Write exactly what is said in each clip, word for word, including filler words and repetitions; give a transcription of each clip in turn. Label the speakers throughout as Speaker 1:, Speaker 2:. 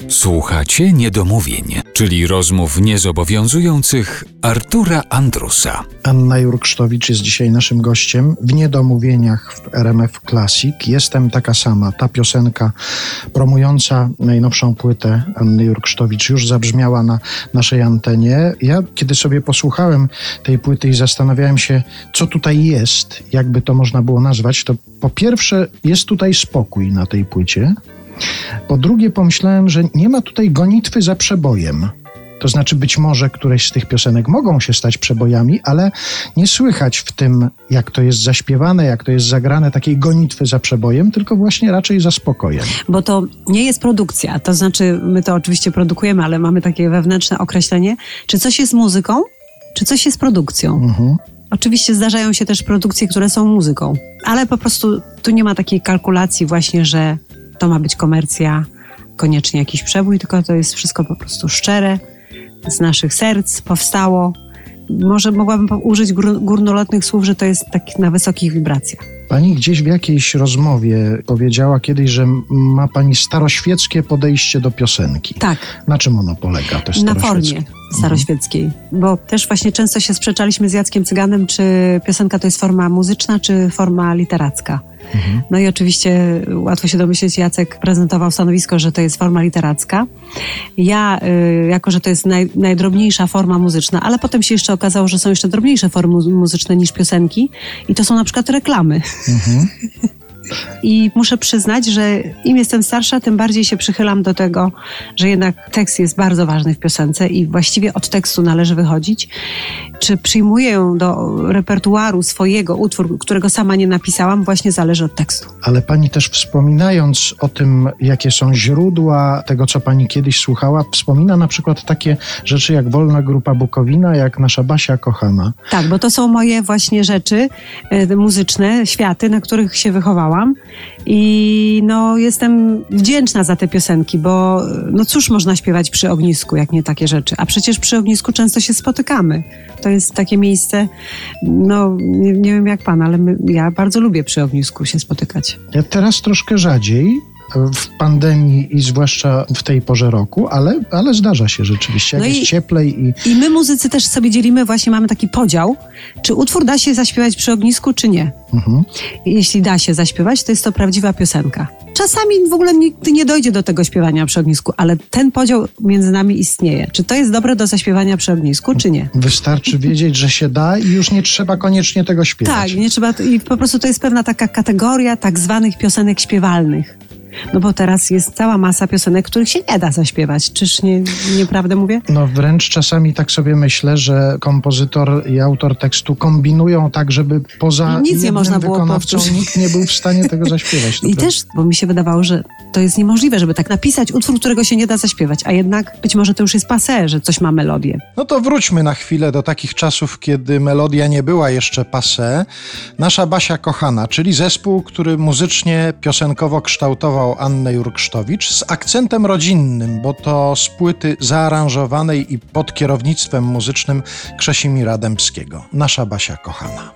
Speaker 1: Słuchacie Niedomówień, czyli rozmów niezobowiązujących Artura Andrusa.
Speaker 2: Anna Jurksztowicz jest dzisiaj naszym gościem w Niedomówieniach w R M F Classic. Jestem taka sama. Ta piosenka promująca najnowszą płytę Anny Jurksztowicz już zabrzmiała na naszej antenie. Ja, kiedy sobie posłuchałem tej płyty i zastanawiałem się, co tutaj jest, jakby to można było nazwać, to po pierwsze jest tutaj spokój na tej płycie. Po drugie pomyślałem, że nie ma tutaj gonitwy za przebojem. To znaczy być może któreś z tych piosenek mogą się stać przebojami, ale nie słychać w tym, jak to jest zaśpiewane, jak to jest zagrane, takiej gonitwy za przebojem, tylko właśnie raczej za spokojem.
Speaker 3: Bo to nie jest produkcja, to znaczy my to oczywiście produkujemy, ale mamy takie wewnętrzne określenie, czy coś jest muzyką, czy coś jest produkcją. Mhm. Oczywiście zdarzają się też produkcje, które są muzyką, ale po prostu tu nie ma takiej kalkulacji właśnie, że to ma być komercja, koniecznie jakiś przebój, tylko to jest wszystko po prostu szczere, z naszych serc powstało. Może mogłabym użyć gór, górnolotnych słów, że to jest tak na wysokich wibracjach.
Speaker 2: Pani gdzieś w jakiejś rozmowie powiedziała kiedyś, że ma pani staroświeckie podejście do piosenki.
Speaker 3: Tak.
Speaker 2: Na czym ono polega? Też
Speaker 3: na formie staroświeckiej. Mhm. Bo też właśnie często się sprzeczaliśmy z Jackiem Cyganem, czy piosenka to jest forma muzyczna, czy forma literacka. Mhm. No i oczywiście łatwo się domyśleć, Jacek prezentował stanowisko, że to jest forma literacka. Ja, y, jako że to jest naj, najdrobniejsza forma muzyczna, ale potem się jeszcze okazało, że są jeszcze drobniejsze formy muzyczne niż piosenki i to są na przykład reklamy. Mhm. I muszę przyznać, że im jestem starsza, tym bardziej się przychylam do tego, że jednak tekst jest bardzo ważny w piosence i właściwie od tekstu należy wychodzić. Czy przyjmuję ją do repertuaru swojego utwór, którego sama nie napisałam, właśnie zależy od tekstu.
Speaker 2: Ale pani też wspominając o tym, jakie są źródła tego, co pani kiedyś słuchała, wspomina na przykład takie rzeczy jak Wolna Grupa Bukowina, jak Nasza Basia Kochana.
Speaker 3: Tak, bo to są moje właśnie rzeczy y, muzyczne, światy, na których się wychowałam. I no jestem wdzięczna za te piosenki, bo no cóż można śpiewać przy ognisku, jak nie takie rzeczy. A przecież przy ognisku często się spotykamy. To jest takie miejsce, no nie, nie wiem jak pan, ale my, ja bardzo lubię przy ognisku się spotykać.
Speaker 2: Ja teraz troszkę rzadziej w pandemii i zwłaszcza w tej porze roku, ale, ale zdarza się rzeczywiście, jak no jest i, cieplej. I...
Speaker 3: I my muzycy też sobie dzielimy, właśnie mamy taki podział, czy utwór da się zaśpiewać przy ognisku, czy nie. Mhm. Jeśli da się zaśpiewać, to jest to prawdziwa piosenka. Czasami w ogóle nigdy nie dojdzie do tego śpiewania przy ognisku, ale ten podział między nami istnieje. Czy to jest dobre do zaśpiewania przy ognisku, czy nie?
Speaker 2: Wystarczy wiedzieć, że się da i już nie trzeba koniecznie tego śpiewać.
Speaker 3: Tak, nie trzeba. I po prostu to jest pewna taka kategoria tak zwanych piosenek śpiewalnych. No bo teraz jest cała masa piosenek, których się nie da zaśpiewać. Czyż nie, nieprawdę mówię?
Speaker 2: No wręcz czasami tak sobie myślę, że kompozytor i autor tekstu kombinują tak, żeby poza
Speaker 3: nic nie można było
Speaker 2: wykonawcą nikt nie był w stanie tego zaśpiewać.
Speaker 3: I też, bo mi się wydawało, że to jest niemożliwe, żeby tak napisać utwór, którego się nie da zaśpiewać, a jednak być może to już jest passé, że coś ma melodię.
Speaker 2: No to wróćmy na chwilę do takich czasów, kiedy melodia nie była jeszcze passé. Nasza Basia Kochana, czyli zespół, który muzycznie, piosenkowo kształtował Annę Jurksztowicz z akcentem rodzinnym, bo to z płyty zaaranżowanej i pod kierownictwem muzycznym Krzesimira Dębskiego. Nasza Basia Kochana.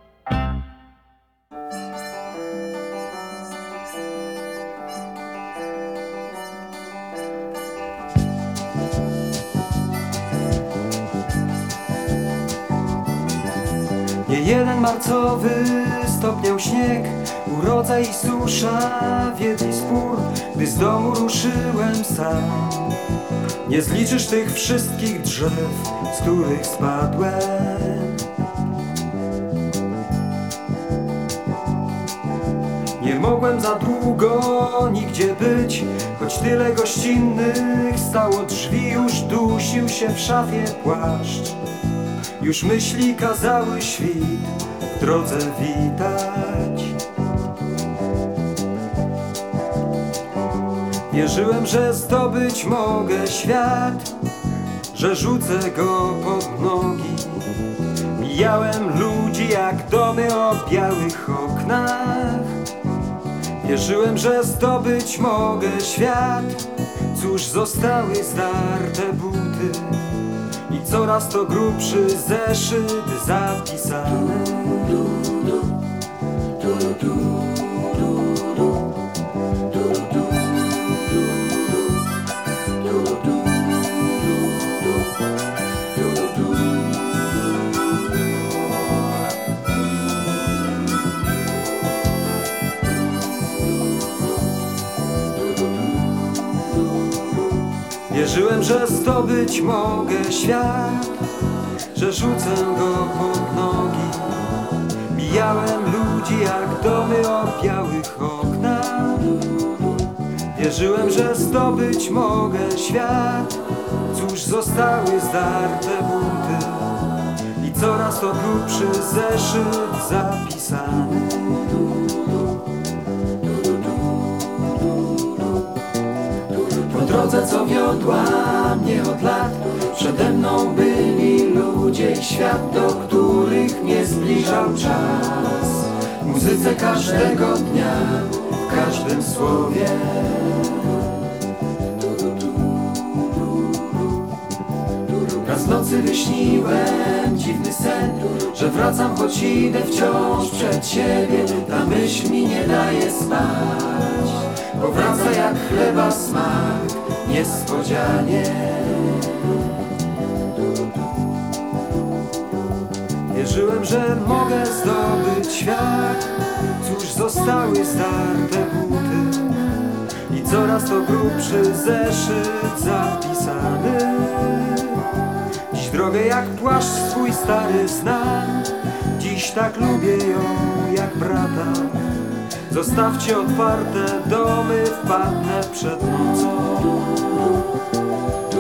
Speaker 4: Nie jeden marcowy stopniał śnieg, urodza i susza, wielki spór, gdy z domu ruszyłem sam. Nie zliczysz tych wszystkich drzew, z których spadłem. Nie mogłem za długo nigdzie być, choć tyle gościnnych stało drzwi, już dusił się w szafie płaszcz. Już myśli kazały świt w drodze witać. Wierzyłem, że zdobyć mogę świat, że rzucę go pod nogi. Mijałem ludzi jak domy o białych oknach. Wierzyłem, że zdobyć mogę świat. Cóż, zostały zdarte buty i coraz to grubszy zeszyt zapisany. Wierzyłem, że zdobyć mogę świat, że rzucę go pod nogi. Mijałem ludzi jak domy o białych oknach. Wierzyłem, że zdobyć mogę świat. Cóż, zostały zdarte buty i coraz to grubszy zeszyt zapisany. Po drodze, co wiodła mnie od lat, przede mną byli ludzie i świat, do których mnie zbliżał czas. W muzyce każdego dnia, w każdym słowie. Raz w nocy wyśniłem dziwny sen, że wracam, choć idę wciąż przed siebie. Ta myśl mi nie daje spać, powraca jak chleba smak, niespodzianie. Wierzyłem, że mogę zdobyć świat. Cóż, zostały zdarte buty i coraz to grubszy zeszyt zapisany. Dziś drogę jak płaszcz swój stary znam. Dziś tak lubię ją jak brata. Zostawcie otwarte domy, wpadnę przed nocą.